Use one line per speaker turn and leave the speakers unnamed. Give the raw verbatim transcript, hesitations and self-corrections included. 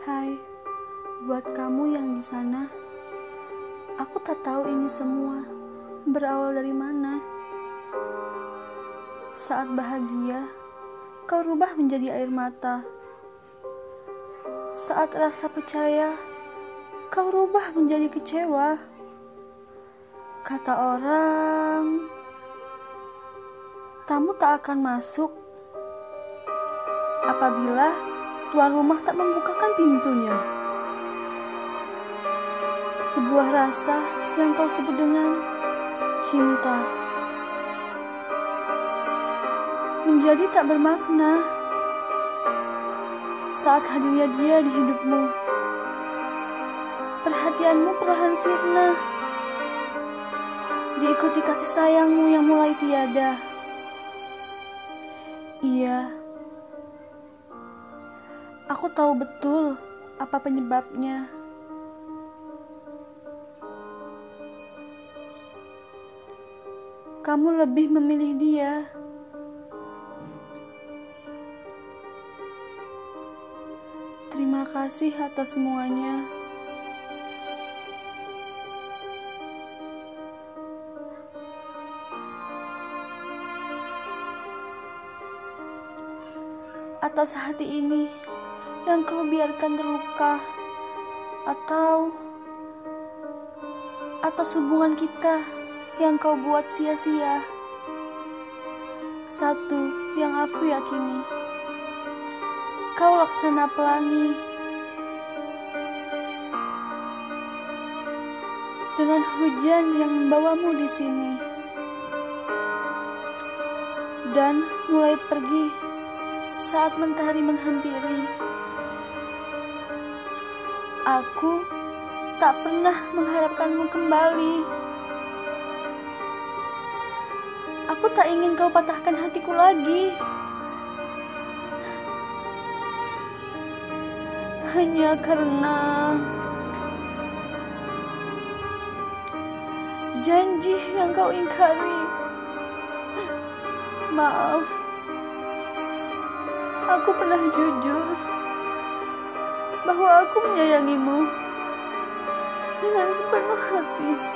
Hai, buat kamu yang di sana, aku tak tahu ini semua berawal dari mana. Saat bahagia, kau rubah menjadi air mata. Saat rasa percaya, kau rubah menjadi kecewa. Kata orang, tamu tak akan masuk apabila tuan rumah tak membukakan pintunya. Sebuah rasa yang kau sebut dengan cinta menjadi tak bermakna saat hadirnya dia di hidupmu. Perhatianmu perlahan sirna, diikuti kasih sayangmu yang mulai tiada. Iya, aku tahu betul apa penyebabnya. Kamu lebih memilih dia. Terima kasih atas semuanya. Atas hati ini yang kau biarkan terluka, atau atas hubungan kita yang kau buat sia-sia. Satu yang aku yakini, kau laksana pelangi dengan hujan yang membawamu di sini dan mulai pergi saat mentari menghampiri. Aku tak pernah mengharapkanmu kembali. Aku tak ingin kau patahkan hatiku lagi. Hanya karena janji yang kau ingkari. Maaf, aku pernah jujur bahwa aku menyayangimu dengan sepenuh hati.